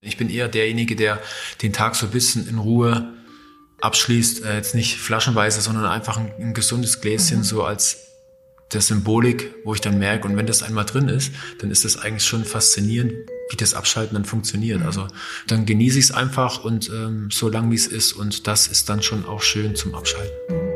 Ich bin eher derjenige, der den Tag so ein bisschen in Ruhe abschließt. Jetzt nicht flaschenweise, sondern einfach ein gesundes Gläschen, so als der Symbolik, wo ich dann merke, und wenn das einmal drin ist, dann ist das eigentlich schon faszinierend, wie das Abschalten dann funktioniert. Also dann genieße ich es einfach und so lang wie es ist, und das ist dann schon auch schön zum Abschalten.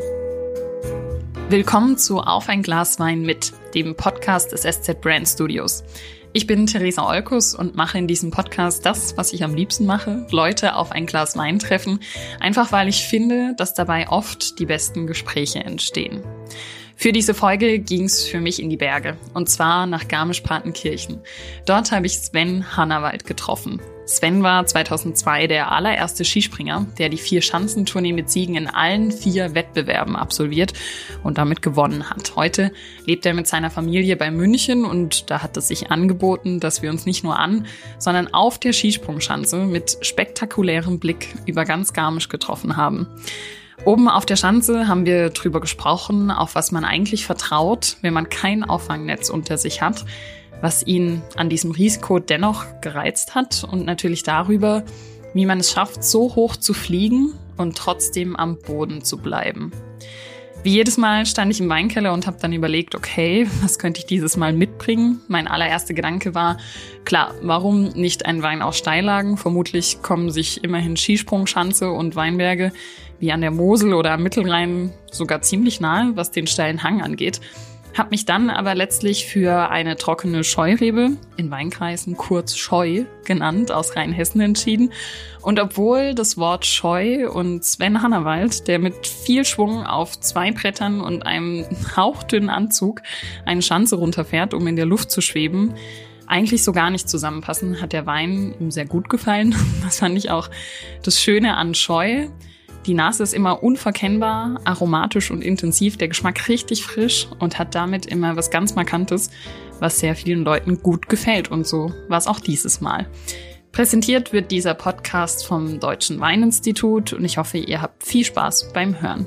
Willkommen zu Auf ein Glas Wein mit, dem Podcast des SZ Brand Studios. Ich bin Theresa Olkus und mache in diesem Podcast das, was ich am liebsten mache, Leute auf ein Glas Wein treffen, einfach weil ich finde, dass dabei oft die besten Gespräche entstehen. Für diese Folge ging's für mich in die Berge, und zwar nach Garmisch-Partenkirchen. Dort habe ich Sven Hannawald getroffen. Sven war 2002 der allererste Skispringer, der die 4-Schanzentournee mit Siegen in allen 4 Wettbewerben absolviert und damit gewonnen hat. Heute lebt er mit seiner Familie bei München, und da hat es sich angeboten, dass wir uns nicht nur an, sondern auf der Skisprungschanze mit spektakulärem Blick über ganz Garmisch getroffen haben. Oben auf der Schanze haben wir drüber gesprochen, auf was man eigentlich vertraut, wenn man kein Auffangnetz unter sich hat, was ihn an diesem Risiko dennoch gereizt hat, und natürlich darüber, wie man es schafft, so hoch zu fliegen und trotzdem am Boden zu bleiben. Wie jedes Mal stand ich im Weinkeller und habe dann überlegt, okay, was könnte ich dieses Mal mitbringen? Mein allererster Gedanke war, klar, warum nicht ein Wein aus Steillagen? Vermutlich kommen sich immerhin Skisprungschanze und Weinberge wie an der Mosel oder am Mittelrhein sogar ziemlich nahe, was den steilen Hang angeht. Hab mich dann aber letztlich für eine trockene Scheurebe, in Weinkreisen kurz Scheu genannt, aus Rheinhessen entschieden. Und obwohl das Wort Scheu und Sven Hannawald, der mit viel Schwung auf 2 Brettern und einem hauchdünnen Anzug eine Schanze runterfährt, um in der Luft zu schweben, eigentlich so gar nicht zusammenpassen, hat der Wein ihm sehr gut gefallen. Das fand ich auch das Schöne an Scheu. Die Nase ist immer unverkennbar, aromatisch und intensiv, der Geschmack richtig frisch und hat damit immer was ganz Markantes, was sehr vielen Leuten gut gefällt, und so war es auch dieses Mal. Präsentiert wird dieser Podcast vom Deutschen Weininstitut, und ich hoffe, ihr habt viel Spaß beim Hören.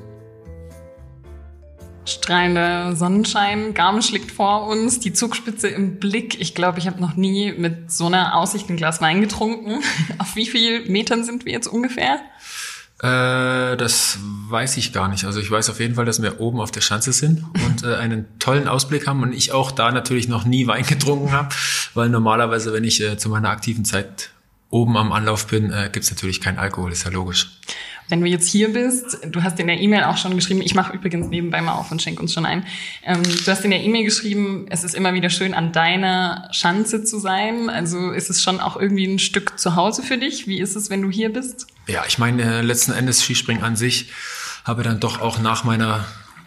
Strahlender Sonnenschein, Garmisch liegt vor uns, die Zugspitze im Blick. Ich glaube, ich habe noch nie mit so einer Aussicht ein Glas Wein getrunken. Auf wie viel Metern sind wir jetzt ungefähr? Das weiß ich gar nicht. Also ich weiß auf jeden Fall, dass wir oben auf der Schanze sind und einen tollen Ausblick haben, und ich auch da natürlich noch nie Wein getrunken habe, weil normalerweise, wenn ich zu meiner aktiven Zeit oben am Anlauf bin, gibt's natürlich keinen Alkohol, ist ja logisch. Wenn du jetzt hier bist, du hast in der E-Mail auch schon geschrieben, ich mache übrigens nebenbei mal auf und schenke uns schon ein. Du hast in der E-Mail geschrieben, es ist immer wieder schön, an deiner Schanze zu sein. Also ist es schon auch irgendwie ein Stück zu Hause für dich? Wie ist es, wenn du hier bist? Ja, ich meine, letzten Endes Skispringen an sich habe dann doch auch nach meiner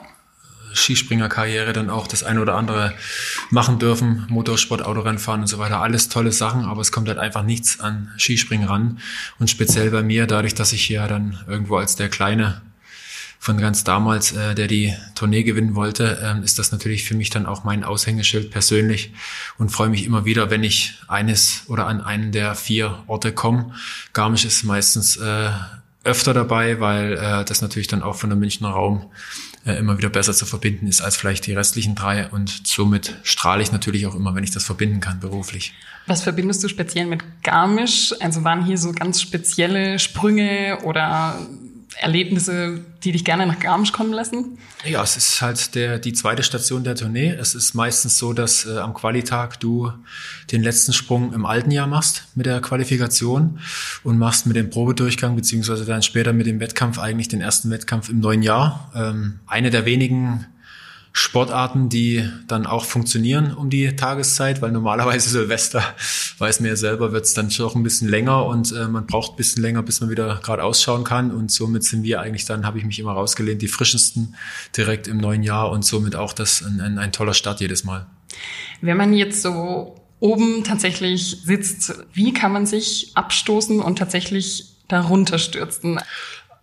Skispringerkarriere dann auch das eine oder andere machen dürfen, Motorsport, Autorennfahren und so weiter, alles tolle Sachen, aber es kommt halt einfach nichts an Skispringen ran, und speziell bei mir, dadurch, dass ich hier dann irgendwo als der Kleine von ganz damals, der die Tournee gewinnen wollte, ist das natürlich für mich dann auch mein Aushängeschild persönlich, und freue mich immer wieder, wenn ich eines oder an einen der 4 Orte komme. Garmisch ist meistens öfter dabei, weil das natürlich dann auch von der Münchner Raum immer wieder besser zu verbinden ist als vielleicht die restlichen 3, und somit strahle ich natürlich auch immer, wenn ich das verbinden kann beruflich. Was verbindest du speziell mit Garmisch? Also waren hier so ganz spezielle Sprünge oder Erlebnisse, die dich gerne nach Garmisch kommen lassen? Ja, es ist halt die zweite Station der Tournee. Es ist meistens so, dass am Qualitag du den letzten Sprung im alten Jahr machst mit der Qualifikation und machst mit dem Probedurchgang beziehungsweise dann später mit dem Wettkampf eigentlich den ersten Wettkampf im neuen Jahr. Eine der wenigen Sportarten, die dann auch funktionieren um die Tageszeit, weil normalerweise Silvester, weiß man ja selber, wird es dann schon ein bisschen länger, und man braucht ein bisschen länger, bis man wieder gerade ausschauen kann, und somit sind wir eigentlich dann, habe ich mich immer rausgelehnt, die frischesten direkt im neuen Jahr, und somit auch das ein toller Start jedes Mal. Wenn man jetzt so oben tatsächlich sitzt, wie kann man sich abstoßen und tatsächlich darunter stürzen?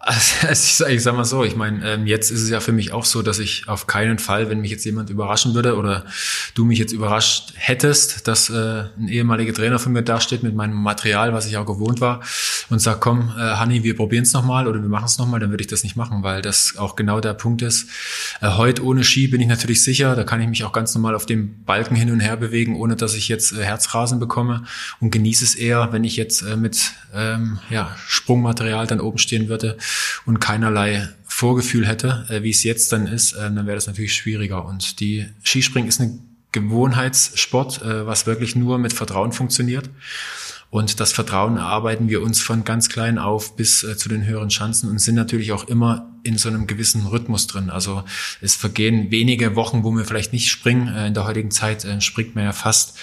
Also ich sag mal so, ich meine, jetzt ist es ja für mich auch so, dass ich auf keinen Fall, wenn mich jetzt jemand überraschen würde oder du mich jetzt überrascht hättest, dass ein ehemaliger Trainer von mir dasteht mit meinem Material, was ich auch gewohnt war und sagt, komm, Hanni, wir probieren es nochmal oder wir machen es nochmal, dann würde ich das nicht machen, weil das auch genau der Punkt ist. Heute ohne Ski bin ich natürlich sicher, da kann ich mich auch ganz normal auf dem Balken hin und her bewegen, ohne dass ich jetzt Herzrasen bekomme und genieße es eher, wenn ich jetzt mit Sprungmaterial dann oben stehen würde und keinerlei Vorgefühl hätte, wie es jetzt dann ist, dann wäre das natürlich schwieriger. Und die Skispringen ist ein Gewohnheitssport, was wirklich nur mit Vertrauen funktioniert. Und das Vertrauen erarbeiten wir uns von ganz klein auf bis zu den höheren Schanzen und sind natürlich auch immer in so einem gewissen Rhythmus drin. Also es vergehen wenige Wochen, wo wir vielleicht nicht springen. In der heutigen Zeit springt man ja fast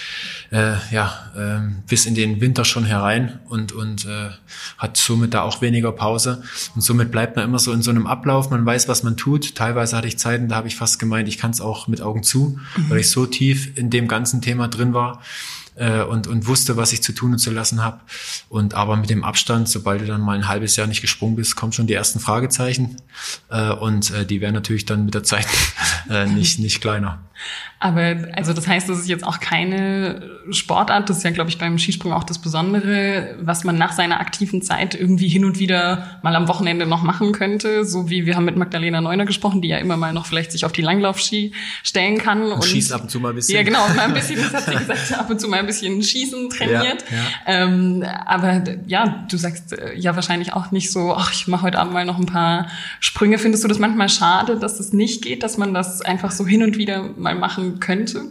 bis in den Winter schon herein und hat somit da auch weniger Pause. Und somit bleibt man immer so in so einem Ablauf. Man weiß, was man tut. Teilweise hatte ich Zeiten, da habe ich fast gemeint, ich kann es auch mit Augen zu, weil ich so tief in dem ganzen Thema drin war. Und wusste, was ich zu tun und zu lassen habe. Und aber mit dem Abstand, sobald du dann mal ein halbes Jahr nicht gesprungen bist, kommen schon die ersten Fragezeichen. Und die werden natürlich dann mit der Zeit nicht kleiner. Aber also das heißt, das ist jetzt auch keine Sportart, das ist ja, glaube ich, beim Skisprung auch das Besondere, was man nach seiner aktiven Zeit irgendwie hin und wieder mal am Wochenende noch machen könnte, so wie wir haben mit Magdalena Neuner gesprochen, die ja immer mal noch vielleicht sich auf die Langlaufski stellen kann. Und schießt ab und zu mal ein bisschen. Ja, genau, mal ein bisschen, das hat sie gesagt, ab und zu mal ein bisschen Schießen trainiert. Ja. Aber ja, du sagst ja wahrscheinlich auch nicht so, ach, ich mache heute Abend mal noch ein paar Sprünge. Findest du das manchmal schade, dass das nicht geht, dass man das einfach so hin und wieder mal machen könnte?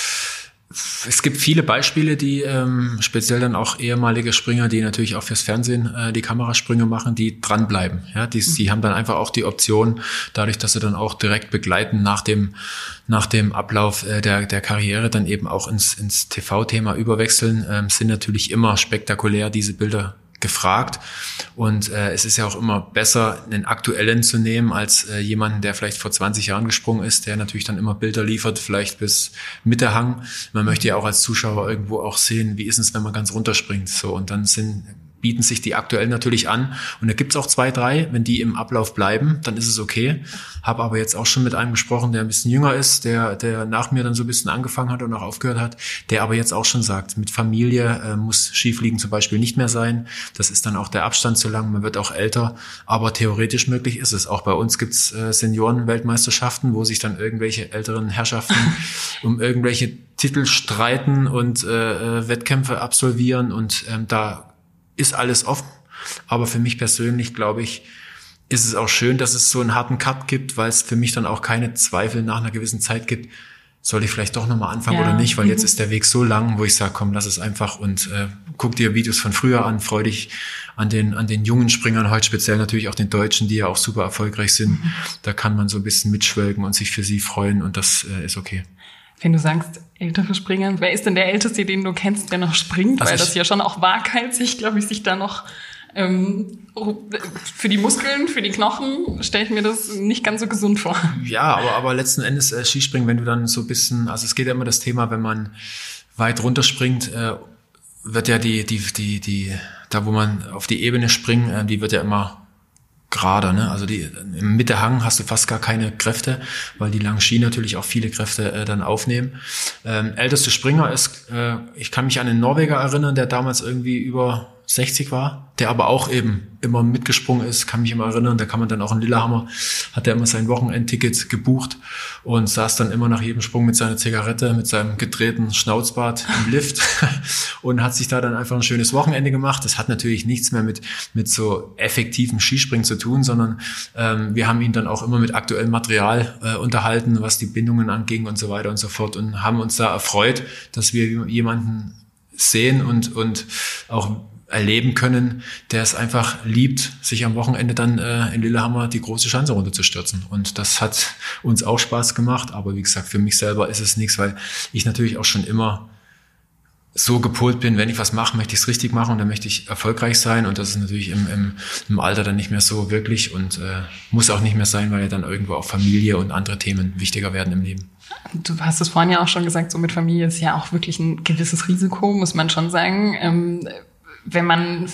Es gibt viele Beispiele, die speziell dann auch ehemalige Springer, die natürlich auch fürs Fernsehen die Kamerasprünge machen, die dranbleiben. Ja, die haben dann einfach auch die Option, dadurch, dass sie dann auch direkt begleiten nach dem Ablauf der Karriere dann eben auch ins TV-Thema überwechseln, sind natürlich immer spektakulär diese Bilder gefragt. Und es ist ja auch immer besser, einen aktuellen zu nehmen, als jemanden, der vielleicht vor 20 Jahren gesprungen ist, der natürlich dann immer Bilder liefert, vielleicht bis Mitterhang. Man möchte ja auch als Zuschauer irgendwo auch sehen, wie ist es, wenn man ganz runterspringt. So, und dann bieten sich die aktuell natürlich an. Und da gibt's auch 2, 3, wenn die im Ablauf bleiben, dann ist es okay. Habe aber jetzt auch schon mit einem gesprochen, der ein bisschen jünger ist, der nach mir dann so ein bisschen angefangen hat und auch aufgehört hat, der aber jetzt auch schon sagt, mit Familie muss Skifliegen zum Beispiel nicht mehr sein. Das ist dann auch der Abstand zu lang, man wird auch älter. Aber theoretisch möglich ist es. Auch bei uns gibt's Senioren-Weltmeisterschaften, wo sich dann irgendwelche älteren Herrschaften um irgendwelche Titel streiten und Wettkämpfe absolvieren. Und da ist alles offen, aber für mich persönlich, glaube ich, ist es auch schön, dass es so einen harten Cut gibt, weil es für mich dann auch keine Zweifel nach einer gewissen Zeit gibt, soll ich vielleicht doch nochmal anfangen oder nicht, weil jetzt ist der Weg so lang, wo ich sage, komm, lass es einfach und guck dir Videos von früher an, freu dich an den jungen Springern, heute speziell natürlich auch den Deutschen, die ja auch super erfolgreich sind. Da kann man so ein bisschen mitschwelgen und sich für sie freuen und das ist okay. Wenn du sagst, ältere Springer, wer ist denn der Älteste, den du kennst, der noch springt? Also weil das ja schon auch waghalsig, glaube ich, sich da noch für die Muskeln, für die Knochen, stelle ich mir das nicht ganz so gesund vor. Ja, aber letzten Endes Skispringen, wenn du dann so ein bisschen, also es geht ja immer das Thema, wenn man weit runterspringt, wird ja da wo man auf die Ebene springt, die wird ja immer gerade, ne? Also im Mitterhang hast du fast gar keine Kräfte, weil die langen Ski natürlich auch viele Kräfte dann aufnehmen. Älteste Springer ist, ich kann mich an einen Norweger erinnern, der damals irgendwie über 60 war, der aber auch eben immer mitgesprungen ist, kann mich immer erinnern, da kann man dann auch in Lillehammer, hat er immer sein Wochenendticket gebucht und saß dann immer nach jedem Sprung mit seiner Zigarette, mit seinem gedrehten Schnauzbart im Lift und hat sich da dann einfach ein schönes Wochenende gemacht. Das hat natürlich nichts mehr mit so effektivem Skispringen zu tun, sondern wir haben ihn dann auch immer mit aktuellem Material unterhalten, was die Bindungen anging und so weiter und so fort und haben uns da erfreut, dass wir jemanden sehen und auch erleben können, der es einfach liebt, sich am Wochenende dann in Lillehammer die große Schanze runterzustürzen. Und das hat uns auch Spaß gemacht. Aber wie gesagt, für mich selber ist es nichts, weil ich natürlich auch schon immer so gepolt bin, wenn ich was mache, möchte ich es richtig machen und dann möchte ich erfolgreich sein. Und das ist natürlich im Alter dann nicht mehr so wirklich und muss auch nicht mehr sein, weil ja dann irgendwo auch Familie und andere Themen wichtiger werden im Leben. Du hast es vorhin ja auch schon gesagt, so mit Familie ist ja auch wirklich ein gewisses Risiko, muss man schon sagen. Wenn man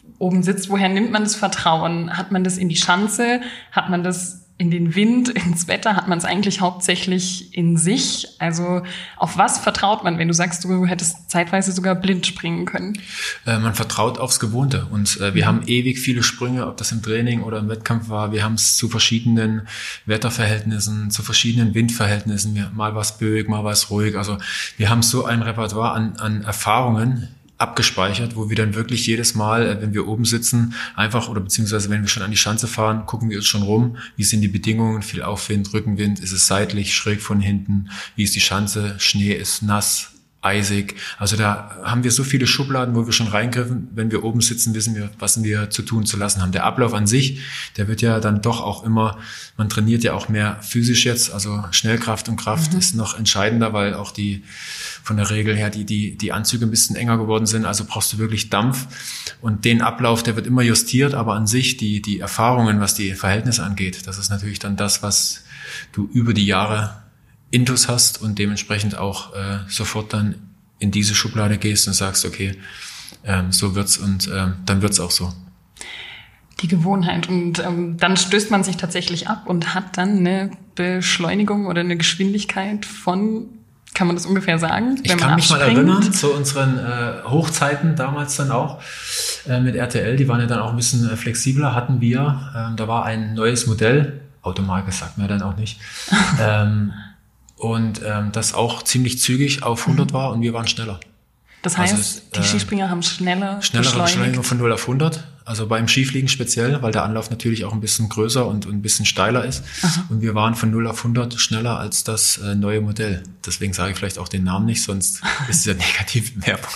oben sitzt, woher nimmt man das Vertrauen? Hat man das in die Schanze? Hat man das in den Wind, ins Wetter? Hat man es eigentlich hauptsächlich in sich? Also auf was vertraut man, wenn du sagst, du hättest zeitweise sogar blind springen können? Man vertraut aufs Gewohnte. Und wir haben ewig viele Sprünge, ob das im Training oder im Wettkampf war. Wir haben es zu verschiedenen Wetterverhältnissen, zu verschiedenen Windverhältnissen. Mal war es böig, mal war es ruhig. Also wir haben so ein Repertoire an Erfahrungen abgespeichert, wo wir dann wirklich jedes Mal, wenn wir oben sitzen, einfach oder beziehungsweise wenn wir schon an die Schanze fahren, gucken wir uns schon rum, wie sind die Bedingungen, viel Aufwind, Rückenwind, ist es seitlich, schräg von hinten, wie ist die Schanze, Schnee ist nass, eisig. Also da haben wir so viele Schubladen, wo wir schon reingriffen. Wenn wir oben sitzen, wissen wir, was wir zu tun, zu lassen haben. Der Ablauf an sich, der wird ja dann doch auch immer, man trainiert ja auch mehr physisch jetzt, also Schnellkraft und Kraft ist noch entscheidender, weil auch von der Regel her die Anzüge ein bisschen enger geworden sind, also brauchst du wirklich Dampf. Und den Ablauf, der wird immer justiert, aber an sich die Erfahrungen, was die Verhältnisse angeht, das ist natürlich dann das, was du über die Jahre Intus hast und dementsprechend auch sofort dann in diese Schublade gehst und sagst, okay, so wird's und dann wird's auch so. Die Gewohnheit. Und dann stößt man sich tatsächlich ab und hat dann eine Beschleunigung oder eine Geschwindigkeit von, kann man das ungefähr sagen? Ich kann mich mal erinnern zu unseren Hochzeiten damals dann auch mit RTL, die waren ja dann auch ein bisschen flexibler, hatten wir, da war ein neues Modell, Automarke sagt mir dann auch nicht, und das auch ziemlich zügig auf 100 war und wir waren schneller. Das heißt, die Skispringer haben schnellere Beschleunigung von 0 auf 100, also beim Skifliegen speziell, weil der Anlauf natürlich auch ein bisschen größer und ein bisschen steiler ist. Aha. Und wir waren von 0 auf 100 schneller als das neue Modell. Deswegen sage ich vielleicht auch den Namen nicht, sonst ist es ja negative Werbung.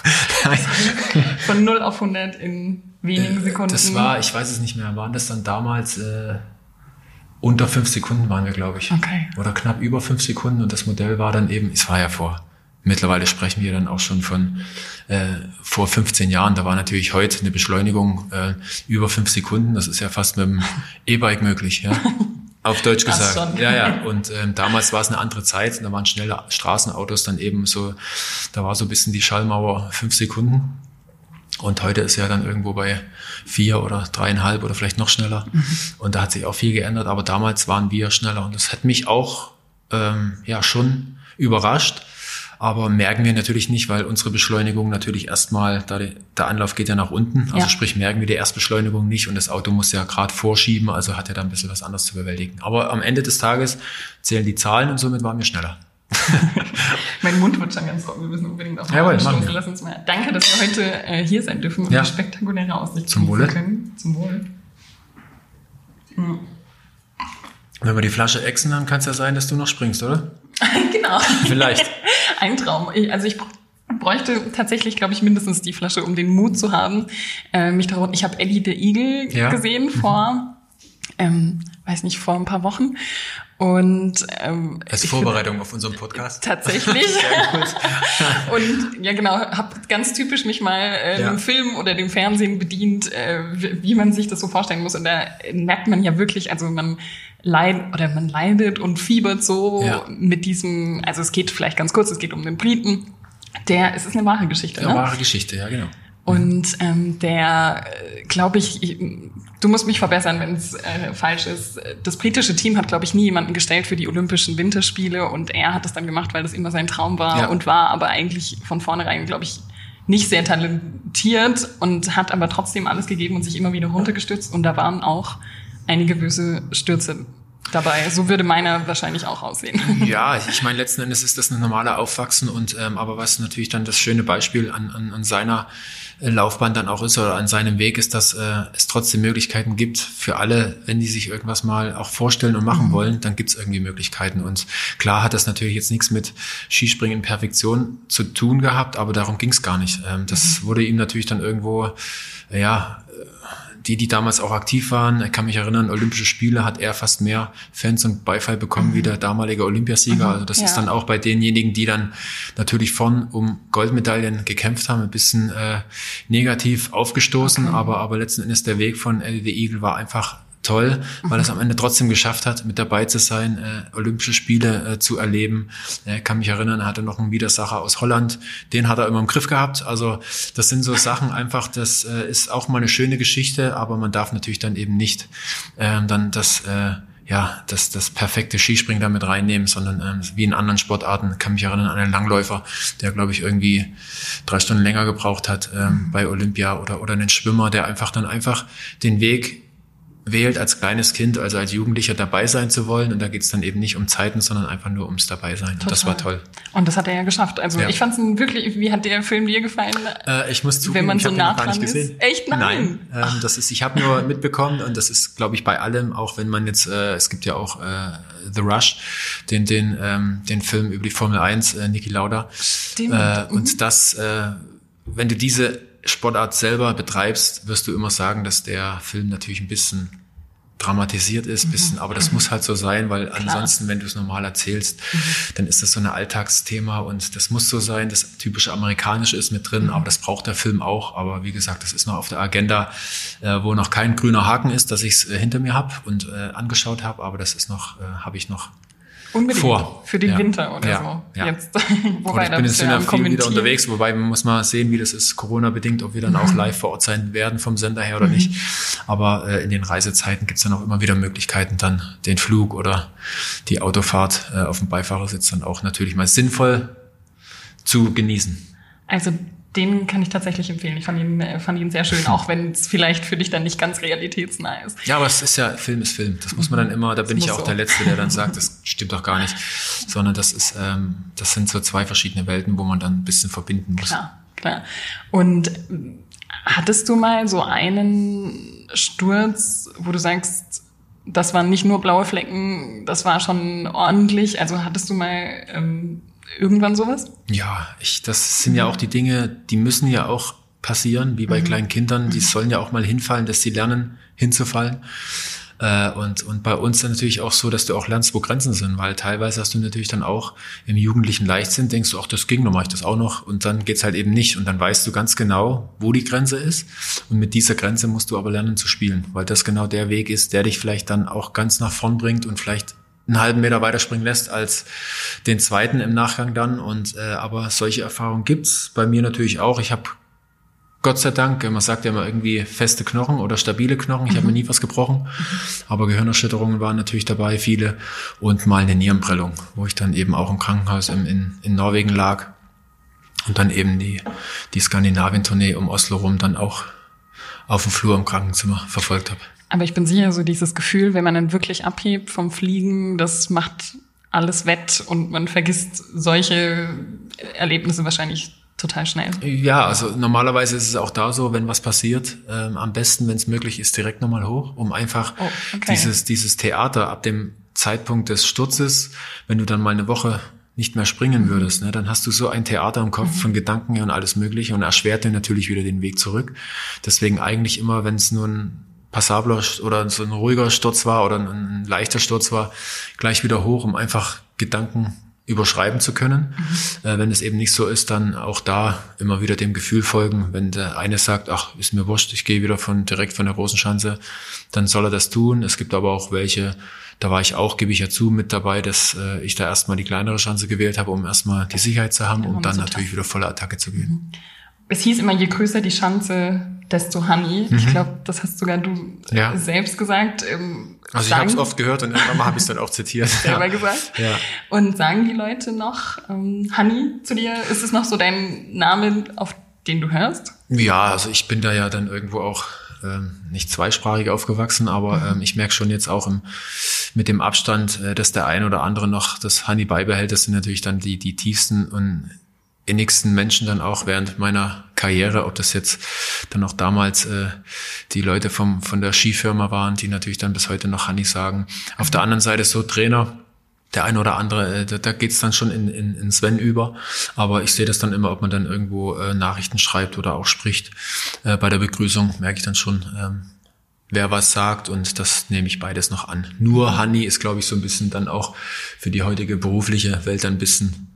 Von 0 auf 100 in wenigen Sekunden. Das war, ich weiß es nicht mehr, waren das dann damals unter 5 Sekunden waren wir, glaube ich. Okay. Oder knapp über 5 Sekunden und das Modell war dann eben, es war ja mittlerweile sprechen wir dann auch schon von vor 15 Jahren. Da war natürlich heute eine Beschleunigung über 5 Sekunden. Das ist ja fast mit dem E-Bike möglich, ja. Auf Deutsch gesagt. Schon. Ja. Und damals war es eine andere Zeit. Da waren schnelle Straßenautos dann eben so, da war so ein bisschen die Schallmauer 5 Sekunden. Und heute ist ja dann irgendwo bei 4 oder 3,5 oder vielleicht noch schneller. Und da hat sich auch viel geändert. Aber damals waren wir schneller. Und das hat mich auch schon überrascht. Aber merken wir natürlich nicht, weil unsere Beschleunigung natürlich erstmal, der Anlauf geht ja nach unten, also sprich merken wir die Erstbeschleunigung nicht und das Auto muss ja gerade vorschieben, also hat ja da ein bisschen was anderes zu bewältigen. Aber am Ende des Tages zählen die Zahlen und somit waren wir schneller. Mein Mund wird schon ganz trocken, wir müssen unbedingt auf den Stoßen. Lass uns mal. Danke, dass wir heute hier sein dürfen und eine spektakuläre Aussicht genießen können. Zum Wohle. Mhm. Wenn wir die Flasche exen, dann kann es ja sein, dass du noch springst, oder? Genau. Vielleicht. Ein Traum. Ich bräuchte tatsächlich, glaube ich, mindestens die Flasche, um den Mut zu haben, mich darum. Ich habe Eddie the Eagle gesehen vor ein paar Wochen. Und als Vorbereitung auf unseren Podcast. Tatsächlich. Und ja, genau, habe ganz typisch mich mal im Film oder dem Fernsehen bedient, wie man sich das so vorstellen muss. Und da merkt man ja wirklich, also man leidet und fiebert so mit diesem, also es geht vielleicht ganz kurz, es geht um den Briten. Es ist eine wahre Geschichte, ne? Eine wahre Geschichte, ja, genau. Und der, glaube ich, du musst mich verbessern, wenn es falsch ist. Das britische Team hat, glaube ich, nie jemanden gestellt für die Olympischen Winterspiele und er hat es dann gemacht, weil das immer sein Traum war und war aber eigentlich von vornherein, glaube ich, nicht sehr talentiert und hat aber trotzdem alles gegeben und sich immer wieder runtergestürzt und da waren auch einige böse Stürze dabei. So würde meiner wahrscheinlich auch aussehen. Ja, ich meine, letzten Endes ist das ein normale Aufwachsen und aber was natürlich dann das schöne Beispiel an seiner Laufbahn dann auch ist oder an seinem Weg ist, dass es trotzdem Möglichkeiten gibt für alle, wenn die sich irgendwas mal auch vorstellen und machen wollen, dann gibt es irgendwie Möglichkeiten. Und klar hat das natürlich jetzt nichts mit Skispringen in Perfektion zu tun gehabt, aber darum ging es gar nicht. Das wurde ihm natürlich dann irgendwo, die damals auch aktiv waren, ich kann mich erinnern, Olympische Spiele hat er fast mehr Fans und Beifall bekommen wie der damalige Olympiasieger. Also das ist dann auch bei denjenigen, die dann natürlich vorn um Goldmedaillen gekämpft haben, ein bisschen negativ aufgestoßen. Aber letzten Endes der Weg von Eddie the Eagle war einfach toll, weil er es am Ende trotzdem geschafft hat, mit dabei zu sein, Olympische Spiele zu erleben. Kann mich erinnern, er hatte noch einen Widersacher aus Holland, den hat er immer im Griff gehabt. Also das sind so Sachen einfach, das ist auch mal eine schöne Geschichte, aber man darf natürlich dann eben nicht dann das perfekte Skispringen da mit reinnehmen, sondern wie in anderen Sportarten, kann mich erinnern an einen Langläufer, der, glaube ich, irgendwie 3 Stunden länger gebraucht hat bei Olympia oder einen Schwimmer, der einfach den Weg wählt, als kleines Kind, also als Jugendlicher dabei sein zu wollen. Und da geht's dann eben nicht um Zeiten, sondern einfach nur ums Dabeisein. Und das war toll. Und das hat er ja geschafft. Also ich fand's wirklich, wie hat der Film dir gefallen? Ich muss zugeben, wenn man so ich nah habe ihn noch gar nicht gesehen. Echt? Nein. Ich habe nur mitbekommen, und das ist, glaube ich, bei allem, auch wenn man jetzt, es gibt ja auch The Rush, den Film über die Formel 1, Niki Lauda. Und das, wenn du diese Sportart selber betreibst, wirst du immer sagen, dass der Film natürlich ein bisschen dramatisiert ist, aber das muss halt so sein, weil ansonsten, wenn du es normal erzählst, dann ist das so ein Alltagsthema und das muss so sein, das typische Amerikanische ist mit drin, aber das braucht der Film auch, aber wie gesagt, das ist noch auf der Agenda, wo noch kein grüner Haken ist, dass ich es hinter mir habe und angeschaut habe, aber das ist noch, habe ich noch unbedingt vor. Für den Winter oder so. Ja. Jetzt. Wobei, ich bin jetzt ja viel wieder unterwegs, wobei man muss mal sehen, wie das ist, Corona-bedingt, ob wir dann auch live vor Ort sein werden vom Sender her oder nicht. Aber in den Reisezeiten gibt's dann auch immer wieder Möglichkeiten, dann den Flug oder die Autofahrt auf dem Beifahrersitz dann auch natürlich mal sinnvoll zu genießen. Also den kann ich tatsächlich empfehlen. Ich fand ihn sehr schön, auch wenn es vielleicht für dich dann nicht ganz realitätsnah ist. Ja, aber es ist ja, Film ist Film. Das muss man dann immer, da bin ich ja auch der Letzte, der dann sagt, das stimmt doch gar nicht. Sondern das sind so 2 verschiedene Welten, wo man dann ein bisschen verbinden muss. Klar. Und hattest du mal so einen Sturz, wo du sagst, das waren nicht nur blaue Flecken, das war schon ordentlich? Also hattest du mal irgendwann sowas? Ja, das sind ja auch die Dinge, die müssen ja auch passieren, wie bei kleinen Kindern. Die sollen ja auch mal hinfallen, dass sie lernen, hinzufallen. Und bei uns dann natürlich auch so, dass du auch lernst, wo Grenzen sind, weil teilweise hast du natürlich dann auch im jugendlichen Leichtsinn, denkst du, ach, das ging, dann mache ich das auch noch, und dann geht's halt eben nicht. Und dann weißt du ganz genau, wo die Grenze ist. Und mit dieser Grenze musst du aber lernen zu spielen, weil das genau der Weg ist, der dich vielleicht dann auch ganz nach vorn bringt und vielleicht einen halben Meter weiter springen lässt als den zweiten im Nachgang dann. Und aber solche Erfahrungen gibt's bei mir natürlich auch. Ich habe Gott sei Dank, man sagt ja immer irgendwie feste Knochen oder stabile Knochen. Ich habe mir nie was gebrochen, aber Gehirnerschütterungen waren natürlich dabei, viele, und mal eine Nierenprellung, wo ich dann eben auch im Krankenhaus in Norwegen lag und dann eben die Skandinavien-Tournee um Oslo rum dann auch auf dem Flur im Krankenzimmer verfolgt habe. Aber ich bin sicher, so dieses Gefühl, wenn man dann wirklich abhebt vom Fliegen, das macht alles wett und man vergisst solche Erlebnisse wahrscheinlich total schnell. Ja, also normalerweise ist es auch da so, wenn was passiert, am besten, wenn es möglich ist, direkt nochmal hoch, um einfach dieses Theater ab dem Zeitpunkt des Sturzes, wenn du dann mal eine Woche nicht mehr springen würdest, ne, dann hast du so ein Theater im Kopf von Gedanken her und alles Mögliche und erschwert dir natürlich wieder den Weg zurück. Deswegen eigentlich immer, wenn es nur ein passabler oder so ein ruhiger Sturz war oder ein leichter Sturz war, gleich wieder hoch, um einfach Gedanken überschreiben zu können. Wenn es eben nicht so ist, dann auch da immer wieder dem Gefühl folgen. Wenn der eine sagt, ach, ist mir wurscht, ich gehe wieder direkt von der großen Schanze, dann soll er das tun. Es gibt aber auch welche, da war ich auch, gebe ich ja zu, mit dabei, dass ich da erstmal die kleinere Schanze gewählt habe, um erstmal die Sicherheit zu haben, um dann natürlich wieder volle Attacke zu gehen. Es hieß immer, je größer die Schanze, desto Honey. Ich glaube, das hast sogar du selbst gesagt. Also ich habe es oft gehört und irgendwann mal habe ich es dann auch zitiert. Selber gesagt. Ja. Und sagen die Leute noch Honey zu dir? Ist es noch so dein Name, auf den du hörst? Ja, also ich bin da ja dann irgendwo auch nicht zweisprachig aufgewachsen, aber ich merke schon jetzt auch mit dem Abstand, dass der ein oder andere noch das Honey beibehält. Das sind natürlich dann die tiefsten und innigsten Menschen dann auch während meiner Karriere, ob das jetzt dann auch damals die Leute von der Skifirma waren, die natürlich dann bis heute noch Honey sagen. Auf der anderen Seite so Trainer, der eine oder andere, da geht's dann schon in Sven über. Aber ich sehe das dann immer, ob man dann irgendwo Nachrichten schreibt oder auch spricht. Bei der Begrüßung merke ich dann schon, wer was sagt, und das nehme ich beides noch an. Nur Honey ist, glaube ich, so ein bisschen dann auch für die heutige berufliche Welt ein bisschen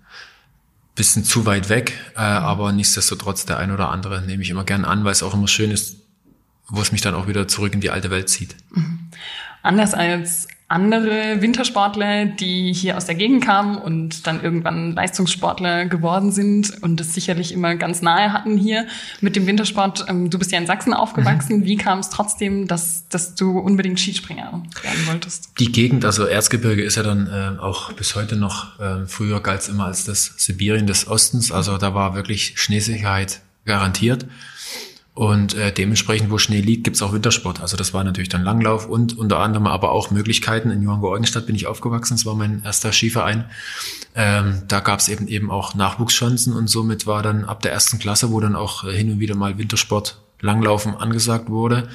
zu weit weg, aber nichtsdestotrotz der ein oder andere nehme ich immer gern an, weil es auch immer schön ist, wo es mich dann auch wieder zurück in die alte Welt zieht. Anders als andere Wintersportler, die hier aus der Gegend kamen und dann irgendwann Leistungssportler geworden sind und es sicherlich immer ganz nahe hatten hier mit dem Wintersport. Du bist ja in Sachsen aufgewachsen. Wie kam es trotzdem, dass du unbedingt Skispringer werden wolltest? Die Gegend, also Erzgebirge ist ja dann auch bis heute noch, früher galt es immer als das Sibirien des Ostens. Also da war wirklich Schneesicherheit garantiert. Und dementsprechend, wo Schnee liegt, gibt's auch Wintersport. Also das war natürlich dann Langlauf und unter anderem aber auch Möglichkeiten. In Johanngeorgenstadt bin ich aufgewachsen, das war mein erster Skiverein. Da gab's eben auch Nachwuchschancen und somit war dann ab der 1. Klasse, wo dann auch hin und wieder mal Wintersport, Langlaufen angesagt wurde,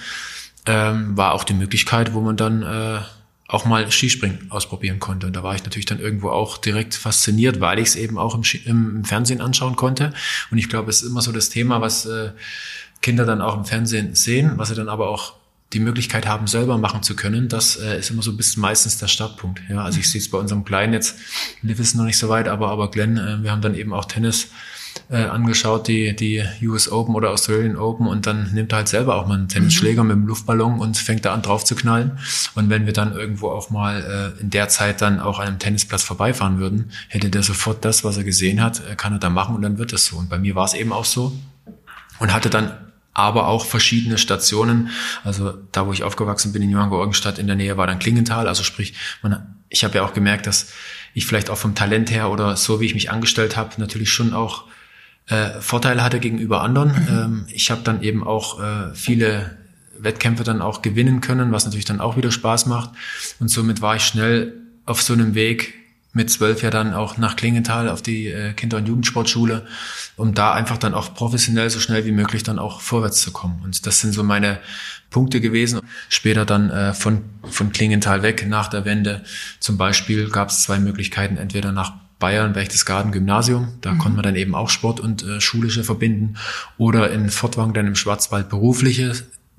war auch die Möglichkeit, wo man dann auch mal Skispringen ausprobieren konnte. Und da war ich natürlich dann irgendwo auch direkt fasziniert, weil ich es eben auch im Fernsehen anschauen konnte. Und ich glaube, es ist immer so das Thema, was Kinder dann auch im Fernsehen sehen, was sie dann aber auch die Möglichkeit haben, selber machen zu können. Das ist immer so ein bisschen meistens der Startpunkt. Ja, also ich sehe es bei unserem Kleinen jetzt, Liv ist noch nicht so weit, aber Glenn, wir haben dann eben auch Tennis angeschaut, die US Open oder Australian Open, und dann nimmt er halt selber auch mal einen Tennisschläger mit dem Luftballon und fängt da an drauf zu knallen. Und wenn wir dann irgendwo auch mal in der Zeit dann auch an einem Tennisplatz vorbeifahren würden, hätte der sofort das, was er gesehen hat, kann er da machen und dann wird das so. Und bei mir war es eben auch so und hatte dann aber auch verschiedene Stationen. Also da, wo ich aufgewachsen bin in Johanngeorgenstadt, in der Nähe war dann Klingenthal. Also sprich, ich habe ja auch gemerkt, dass ich vielleicht auch vom Talent her oder so, wie ich mich angestellt habe, natürlich schon auch Vorteile hatte gegenüber anderen. Ich habe dann eben auch viele Wettkämpfe dann auch gewinnen können, was natürlich dann auch wieder Spaß macht. Und somit war ich schnell auf so einem Weg, mit 12 ja dann auch nach Klingenthal auf die Kinder- und Jugendsportschule, um da einfach dann auch professionell so schnell wie möglich dann auch vorwärts zu kommen. Und das sind so meine Punkte gewesen. Später dann von Klingenthal weg nach der Wende zum Beispiel gab es 2 Möglichkeiten, entweder nach Bayern, Berchtesgaden Gymnasium, da konnte man dann eben auch Sport und Schulische verbinden, oder in Fortwang dann im Schwarzwald berufliche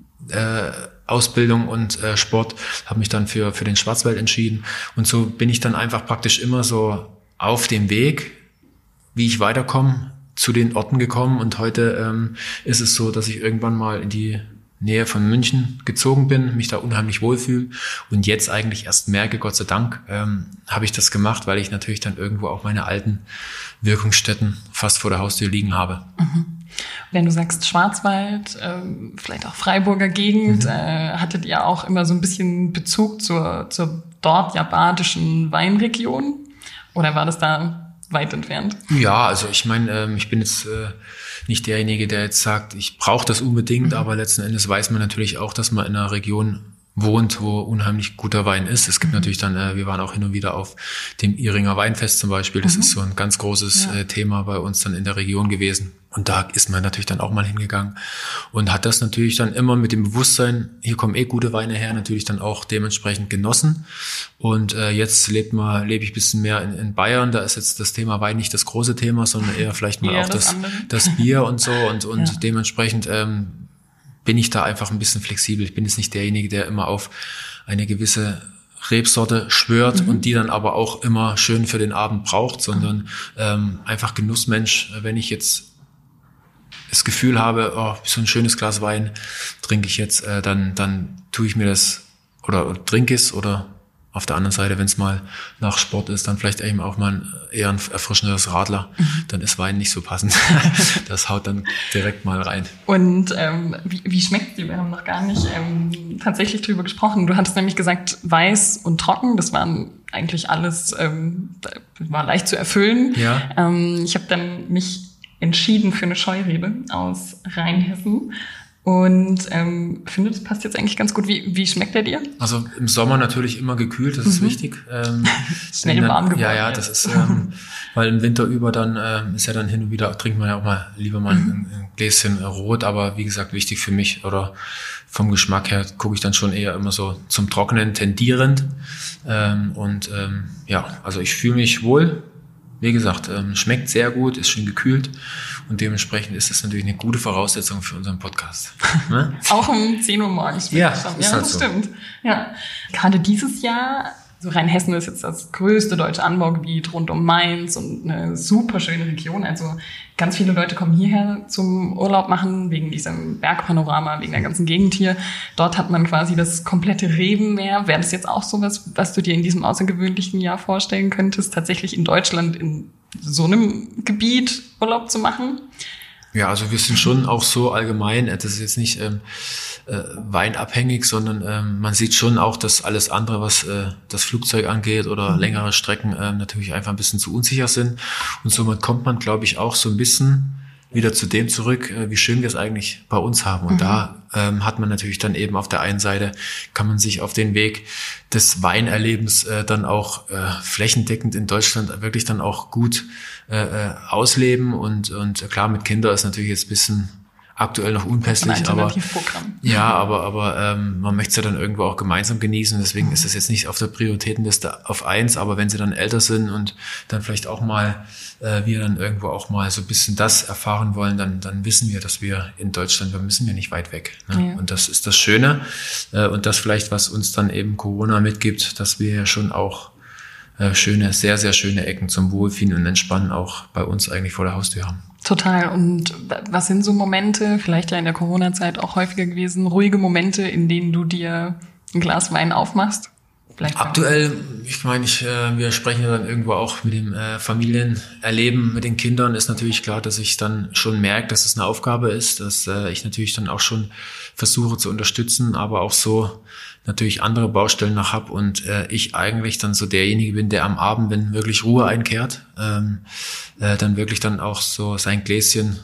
Ausbildung und Sport, habe mich dann für den Schwarzwald entschieden. Und so bin ich dann einfach praktisch immer so auf dem Weg, wie ich weiterkomme, zu den Orten gekommen. Und heute ist es so, dass ich irgendwann mal in die Nähe von München gezogen bin, mich da unheimlich wohlfühle und jetzt eigentlich erst merke, Gott sei Dank, habe ich das gemacht, weil ich natürlich dann irgendwo auch meine alten Wirkungsstätten fast vor der Haustür liegen habe. Mhm. Wenn du sagst Schwarzwald, vielleicht auch Freiburger Gegend, hattet ihr auch immer so ein bisschen Bezug zur dort ja badischen Weinregion? Oder war das da weit entfernt? Ja, also ich meine, ich bin jetzt nicht derjenige, der jetzt sagt, ich brauche das unbedingt, aber letzten Endes weiß man natürlich auch, dass man in einer Region wohnt, wo unheimlich guter Wein ist. Es gibt natürlich dann, wir waren auch hin und wieder auf dem Iringer Weinfest zum Beispiel. Das ist so ein ganz großes Thema bei uns dann in der Region gewesen. Und da ist man natürlich dann auch mal hingegangen und hat das natürlich dann immer mit dem Bewusstsein, hier kommen gute Weine her, natürlich dann auch dementsprechend genossen. Und jetzt lebe ich ein bisschen mehr in Bayern. Da ist jetzt das Thema Wein nicht das große Thema, sondern eher vielleicht mal auch das Bier und so. Und dementsprechend bin ich da einfach ein bisschen flexibel. Ich bin jetzt nicht derjenige, der immer auf eine gewisse Rebsorte schwört und die dann aber auch immer schön für den Abend braucht, sondern einfach Genussmensch. Wenn ich jetzt das Gefühl habe, so ein schönes Glas Wein trinke ich jetzt, dann tue ich mir das oder trinke es, oder auf der anderen Seite, wenn es mal nach Sport ist, dann vielleicht eben auch mal eher ein erfrischendes Radler. Dann ist Wein nicht so passend. Das haut dann direkt mal rein. Und wie schmeckt dir? Wir haben noch gar nicht tatsächlich drüber gesprochen. Du hattest nämlich gesagt, weiß und trocken, das waren eigentlich alles, war leicht zu erfüllen. Ja. Ich habe dann mich entschieden für eine Scheurebe aus Rheinhessen. Und finde, das passt jetzt eigentlich ganz gut. Wie schmeckt der dir? Also im Sommer natürlich immer gekühlt, das ist wichtig. Schnell warm geworden. Ja, das ist, weil im Winter über dann ist ja dann hin und wieder, trinkt man ja auch mal lieber mal ein Gläschen Rot, aber wie gesagt, wichtig für mich oder vom Geschmack her gucke ich dann schon eher immer so zum Trockenen tendierend. Also ich fühle mich wohl. Wie gesagt, schmeckt sehr gut, ist schön gekühlt und dementsprechend ist das natürlich eine gute Voraussetzung für unseren Podcast. Ne? Auch um 10 Uhr morgens. Ja, schon. ist Ja, halt das so. Stimmt. Ja. Gerade dieses Jahr, Also Rheinhessen ist jetzt das größte deutsche Anbaugebiet rund um Mainz und eine super schöne Region. Also ganz viele Leute kommen hierher zum Urlaub machen, wegen diesem Bergpanorama, wegen der ganzen Gegend hier. Dort hat man quasi das komplette Rebenmeer. Wäre das jetzt auch sowas, was du dir in diesem außergewöhnlichen Jahr vorstellen könntest, tatsächlich in Deutschland in so einem Gebiet Urlaub zu machen? Ja, also wir sind schon auch so allgemein, das ist jetzt nicht weinabhängig, sondern man sieht schon auch, dass alles andere, was das Flugzeug angeht oder längere Strecken, natürlich einfach ein bisschen zu unsicher sind. Und somit kommt man, glaube ich, auch so ein bisschen wieder zu dem zurück, wie schön wir es eigentlich bei uns haben. Und da hat man natürlich dann eben auf der einen Seite, kann man sich auf den Weg des Weinerlebens dann auch flächendeckend in Deutschland wirklich dann auch gut ausleben. Und klar, mit Kindern ist natürlich jetzt ein bisschen aktuell noch unpässlich, aber ja, aber man möchte es ja dann irgendwo auch gemeinsam genießen. Deswegen ist das jetzt nicht auf der Prioritätenliste auf 1, aber wenn sie dann älter sind und dann vielleicht auch mal wir dann irgendwo auch mal so ein bisschen das erfahren wollen, dann wissen wir, dass wir in Deutschland, wir müssen ja nicht weit weg. Ne? Ja. Und das ist das Schöne und das vielleicht, was uns dann eben Corona mitgibt, dass wir ja schon auch schöne, sehr, sehr schöne Ecken zum Wohlfühlen und Entspannen auch bei uns eigentlich vor der Haustür haben. Total. Und was sind so Momente, vielleicht ja in der Corona-Zeit auch häufiger gewesen, ruhige Momente, in denen du dir ein Glas Wein aufmachst? Vielleicht aktuell, ich meine, wir sprechen ja dann irgendwo auch mit dem Familienerleben mit den Kindern, ist natürlich klar, dass ich dann schon merke, dass es eine Aufgabe ist, dass ich natürlich dann auch schon versuche zu unterstützen, aber auch so natürlich andere Baustellen noch habe und ich eigentlich dann so derjenige bin, der am Abend, wenn wirklich Ruhe einkehrt, dann wirklich dann auch so sein Gläschen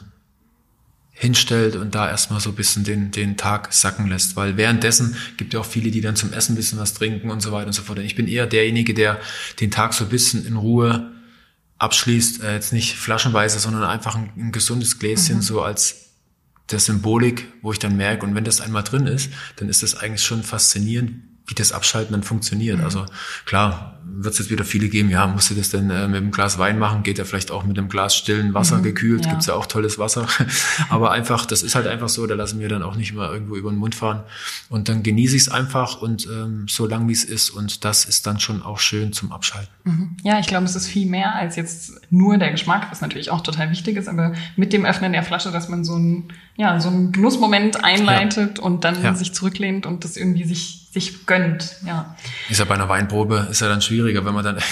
hinstellt und da erstmal so ein bisschen den Tag sacken lässt, weil währenddessen gibt ja auch viele, die dann zum Essen ein bisschen was trinken und so weiter und so fort. Und ich bin eher derjenige, der den Tag so ein bisschen in Ruhe abschließt, jetzt nicht flaschenweise, sondern einfach ein gesundes Gläschen so als der Symbolik, wo ich dann merke, und wenn das einmal drin ist, dann ist das eigentlich schon faszinierend, wie das Abschalten dann funktioniert. Also klar, wird es jetzt wieder viele geben, ja, musst du das denn mit einem Glas Wein machen? Geht ja vielleicht auch mit einem Glas stillen Wasser gekühlt, gibt's ja auch tolles Wasser. Aber einfach, das ist halt einfach so, da lassen wir dann auch nicht mal irgendwo über den Mund fahren. Und dann genieße ich es einfach und so lang wie es ist. Und das ist dann schon auch schön zum Abschalten. Ja, ich glaube, es ist viel mehr als jetzt nur der Geschmack, was natürlich auch total wichtig ist, aber mit dem Öffnen der Flasche, dass man so einen Genussmoment einleitet und dann sich zurücklehnt und das irgendwie sich gönnt, ja. Ist ja bei einer Weinprobe, ist ja dann schwieriger, wenn man dann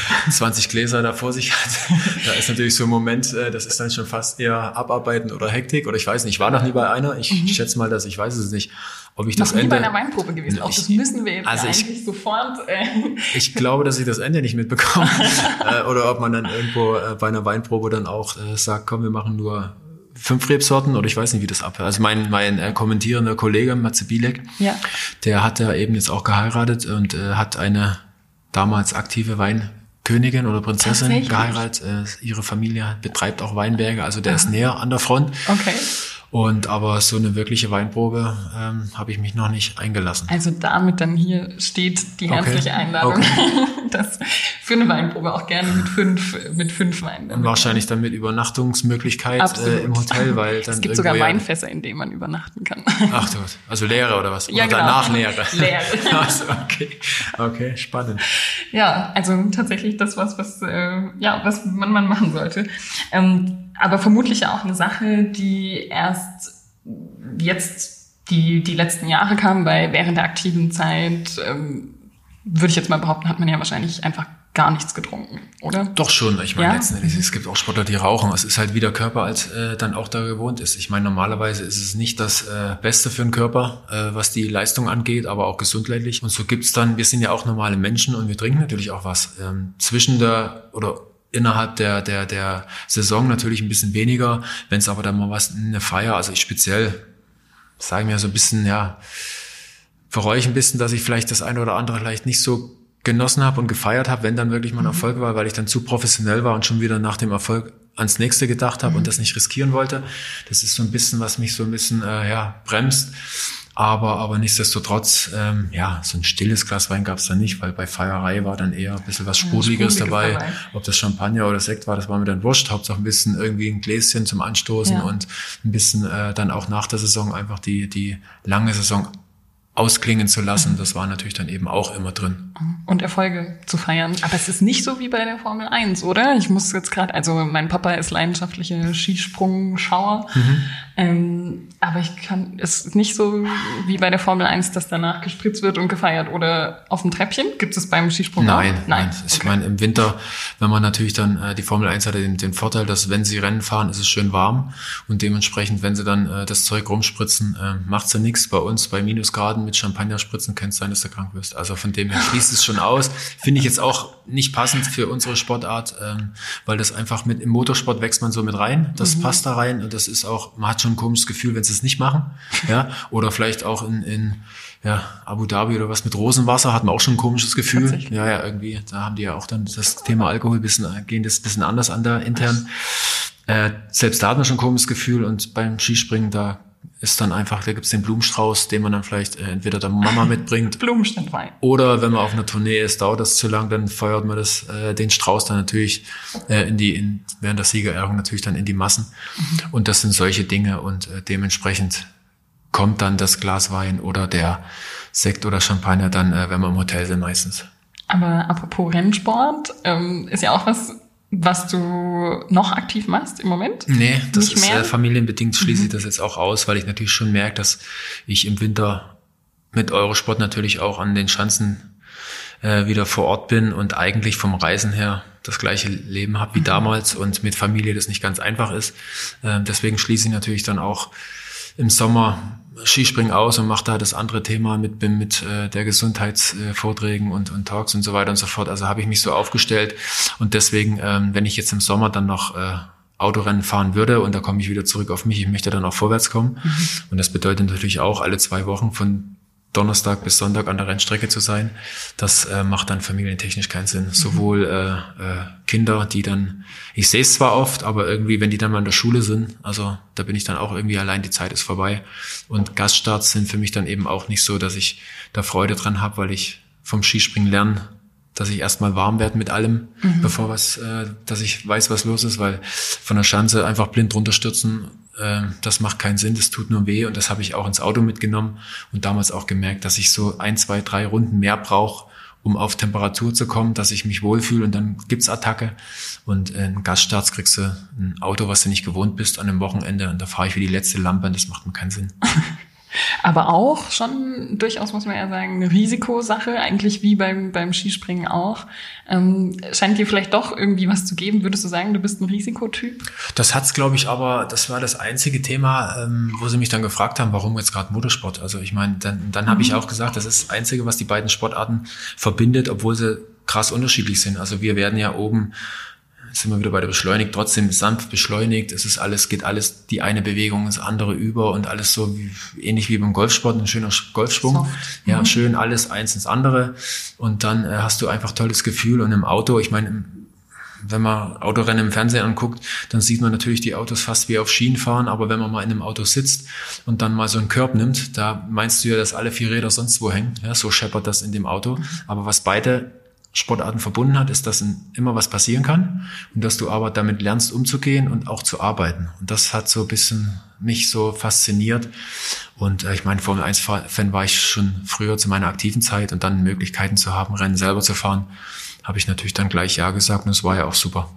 20 Gläser da vor sich hat. Da ist natürlich so ein Moment, das ist dann schon fast eher Abarbeiten oder Hektik oder ich weiß nicht, ich war noch nie bei einer, ich schätze mal, ich weiß es nicht, ob ich das Ende... Noch nie bei einer Weinprobe gewesen, auch das müssen wir jetzt eigentlich sofort... Ich glaube, dass ich das Ende nicht mitbekomme oder ob man dann irgendwo bei einer Weinprobe dann auch sagt, komm, wir machen nur 5 Rebsorten oder ich weiß nicht, wie das abhört. Also mein kommentierender Kollege, Matze Bielek, der hat ja eben jetzt auch geheiratet und hat eine damals aktive Weinkönigin oder Prinzessin geheiratet. Ihre Familie betreibt auch Weinberge, also der ist näher an der Front. Okay. Und aber so eine wirkliche Weinprobe habe ich mich noch nicht eingelassen. Also damit dann hier steht die herzliche Einladung, das für eine Weinprobe auch gerne mit fünf Weinen. Und wahrscheinlich dann mit Übernachtungsmöglichkeit im Hotel, weil dann es gibt sogar Weinfässer, in denen man übernachten kann. Ach du, also leere oder was? Ja, oder genau. Danach leere. Leere. Also, okay, spannend. Ja, also tatsächlich das was man machen sollte. Aber vermutlich auch eine Sache, die erst jetzt die letzten Jahre kam, weil während der aktiven Zeit, würde ich jetzt mal behaupten, hat man ja wahrscheinlich einfach gar nichts getrunken, oder? Doch schon. Ich meine, letztendlich, es gibt auch Sportler, die rauchen. Es ist halt, wie der Körper als dann auch da gewohnt ist. Ich meine, normalerweise ist es nicht das Beste für den Körper, was die Leistung angeht, aber auch gesundheitlich. Und so gibt's dann, wir sind ja auch normale Menschen und wir trinken natürlich auch was. Zwischen innerhalb der Saison natürlich ein bisschen weniger. Wenn es aber dann mal eine Feier, also ich speziell, sage mir so ein bisschen, bereue ich ein bisschen, dass ich vielleicht das eine oder andere vielleicht nicht so genossen habe und gefeiert habe, wenn dann wirklich mal ein Erfolg war, weil ich dann zu professionell war und schon wieder nach dem Erfolg ans nächste gedacht habe und das nicht riskieren wollte. Das ist so ein bisschen, was mich so ein bisschen bremst. Aber nichtsdestotrotz, so ein stilles Glas Wein gab es dann nicht, weil bei Feierei war dann eher ein bisschen was Sprudeliges dabei. Ob das Champagner oder Sekt war, das war mir dann wurscht. Hauptsache ein bisschen irgendwie ein Gläschen zum Anstoßen und ein bisschen dann auch nach der Saison einfach die lange Saison ausklingen zu lassen. Das war natürlich dann eben auch immer drin. Und Erfolge zu feiern. Aber es ist nicht so wie bei der Formel 1, oder? Ich muss jetzt gerade, also mein Papa ist leidenschaftlicher Skisprungschauer, aber es ist nicht so wie bei der Formel 1, dass danach gespritzt wird und gefeiert. Oder auf dem Treppchen? Gibt es beim Skisprung Nein. Okay. Ich meine, im Winter, wenn man natürlich dann, die Formel 1 hatte den Vorteil, dass wenn sie Rennen fahren, ist es schön warm und dementsprechend, wenn sie dann das Zeug rumspritzen, macht sie nichts. Bei uns, bei Minusgraden mit Champagner spritzen, könnte es sein, dass du krank wirst. Also von dem her schließt es schon aus. Finde ich jetzt auch nicht passend für unsere Sportart, weil das einfach im Motorsport wächst man so mit rein. Das passt da rein und das ist auch, man hat schon ein komisches Gefühl, wenn sie es nicht machen. Ja, oder vielleicht auch in Abu Dhabi oder was mit Rosenwasser hat man auch schon ein komisches Gefühl. Ja, irgendwie, da haben die ja auch dann das Thema Alkohol gehen das ein bisschen anders an da intern. Selbst da hat man schon ein komisches Gefühl und beim Skispringen, da gibt's den Blumenstrauß, den man dann vielleicht entweder der Mama mitbringt. Blumenstandwein. Oder wenn man auf einer Tournee ist, dauert das zu lang, dann feuert man den Strauß dann natürlich während der Siegerehrung natürlich dann in die Massen. Und das sind solche Dinge und dementsprechend kommt dann das Glas Wein oder der Sekt oder Champagner dann, wenn wir im Hotel sind meistens. Aber apropos Rennsport, ist ja auch was du noch aktiv machst im Moment? Nee, das ist familienbedingt, schließe ich das jetzt auch aus, weil ich natürlich schon merke, dass ich im Winter mit Eurosport natürlich auch an den Schanzen wieder vor Ort bin und eigentlich vom Reisen her das gleiche Leben habe wie damals und mit Familie das nicht ganz einfach ist. Deswegen schließe ich natürlich dann auch im Sommer Skispringen aus und mache da das andere Thema mit der Gesundheitsvorträgen und Talks und so weiter und so fort. Also habe ich mich so aufgestellt und deswegen, wenn ich jetzt im Sommer dann noch Autorennen fahren würde und da komme ich wieder zurück auf mich, ich möchte dann auch vorwärts kommen und das bedeutet natürlich auch alle 2 Wochen von Donnerstag bis Sonntag an der Rennstrecke zu sein, das macht dann familientechnisch keinen Sinn. Sowohl Kinder, die dann, ich sehe es zwar oft, aber irgendwie, wenn die dann mal in der Schule sind, also da bin ich dann auch irgendwie allein, die Zeit ist vorbei. Und Gaststarts sind für mich dann eben auch nicht so, dass ich da Freude dran habe, weil ich vom Skispringen lerne, dass ich erstmal warm werde mit allem, dass ich weiß, was los ist, weil von der Schanze einfach blind runterstürzen, das macht keinen Sinn, das tut nur weh und das habe ich auch ins Auto mitgenommen und damals auch gemerkt, dass ich so 1, 2, 3 Runden mehr brauche, um auf Temperatur zu kommen, dass ich mich wohlfühle und dann gibt's Attacke und in Gaststarts kriegst du ein Auto, was du nicht gewohnt bist an einem Wochenende und da fahre ich wie die letzte Lampe und das macht mir keinen Sinn. Aber auch schon durchaus, muss man ja sagen, eine Risikosache, eigentlich wie beim Skispringen auch. Scheint dir vielleicht doch irgendwie was zu geben. Würdest du sagen, du bist ein Risikotyp? Das hat's, glaube ich, aber das war das einzige Thema, wo sie mich dann gefragt haben, warum jetzt gerade Motorsport? Also ich meine, dann habe ich auch gesagt, das ist das Einzige, was die beiden Sportarten verbindet, obwohl sie krass unterschiedlich sind. Also wir werden ja oben, sind wir wieder bei der Beschleunigt, trotzdem sanft beschleunigt. Geht alles die eine Bewegung ins andere über und alles so ähnlich wie beim Golfsport, ein schöner Golfschwung. Soft. Ja, schön alles eins ins andere. Und dann hast du einfach tolles Gefühl. Und im Auto, ich meine, wenn man Autorennen im Fernsehen anguckt, dann sieht man natürlich die Autos fast wie auf Schienen fahren. Aber wenn man mal in einem Auto sitzt und dann mal so einen Curb nimmt, da meinst du ja, dass alle 4 Räder sonst wo hängen. Ja, so scheppert das in dem Auto. Aber was beide Sportarten verbunden hat, ist, dass immer was passieren kann und dass du aber damit lernst umzugehen und auch zu arbeiten. Und das hat so ein bisschen mich so fasziniert. Und ich meine, Formel 1-Fan war ich schon früher zu meiner aktiven Zeit und dann Möglichkeiten zu haben, Rennen selber zu fahren, habe ich natürlich dann gleich Ja gesagt und es war ja auch super.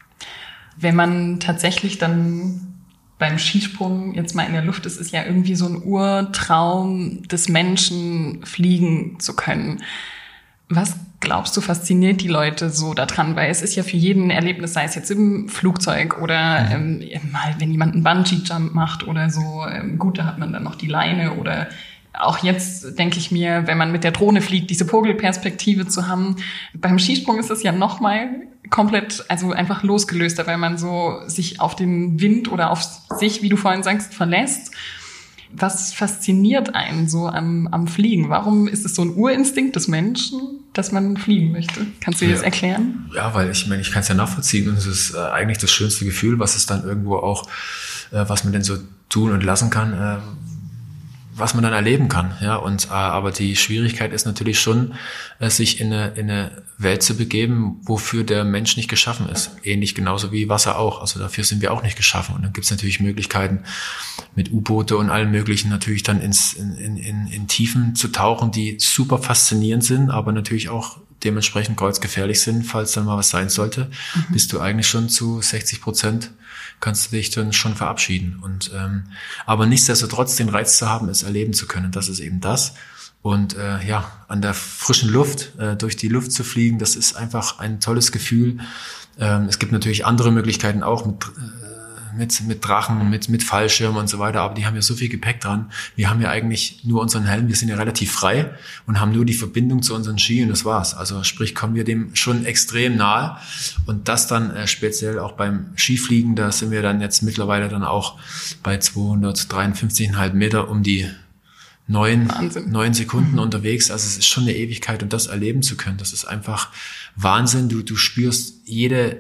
Wenn man tatsächlich dann beim Skisprung jetzt mal in der Luft ist, ist ja irgendwie so ein Urtraum des Menschen, fliegen zu können. Was glaubst du, fasziniert die Leute so daran? Weil es ist ja für jeden ein Erlebnis, sei es jetzt im Flugzeug oder mal, wenn jemand einen Bungee-Jump macht oder so. Gut, da hat man dann noch die Leine oder auch jetzt denke ich mir, wenn man mit der Drohne fliegt, diese Vogelperspektive zu haben. Beim Skisprung ist es ja nochmal komplett, also einfach losgelöster, weil man so sich auf den Wind oder auf sich, wie du vorhin sagst, verlässt. Was fasziniert einen so am Fliegen? Warum ist es so ein Urinstinkt des Menschen, dass man fliegen möchte? Kannst du dir das erklären? Ja, weil ich kann es ja nachvollziehen und es ist eigentlich das schönste Gefühl, was es dann irgendwo auch, was man denn so tun und lassen kann. was man dann erleben kann, ja, und aber die Schwierigkeit ist natürlich schon, sich in eine Welt zu begeben, wofür der Mensch nicht geschaffen ist. Ähnlich genauso wie Wasser auch. Also dafür sind wir auch nicht geschaffen. Und dann gibt es natürlich Möglichkeiten, mit U-Boote und allem Möglichen natürlich dann in Tiefen zu tauchen, die super faszinierend sind, aber natürlich auch dementsprechend kreuzgefährlich sind, falls dann mal was sein sollte, bist du eigentlich schon zu 60%, kannst du dich dann schon verabschieden. Und aber nichtsdestotrotz den Reiz zu haben, es erleben zu können, das ist eben das. Und an der frischen Luft, durch die Luft zu fliegen, das ist einfach ein tolles Gefühl. Es gibt natürlich andere Möglichkeiten auch mit Drachen, mit Fallschirmen und so weiter, aber die haben ja so viel Gepäck dran. Wir haben ja eigentlich nur unseren Helm, wir sind ja relativ frei und haben nur die Verbindung zu unseren Ski und das war's. Also sprich, kommen wir dem schon extrem nahe und das dann speziell auch beim Skifliegen, da sind wir dann jetzt mittlerweile dann auch bei 253,5 Meter um die 9 Sekunden unterwegs. Also es ist schon eine Ewigkeit und das erleben zu können, das ist einfach Wahnsinn. Du spürst jeden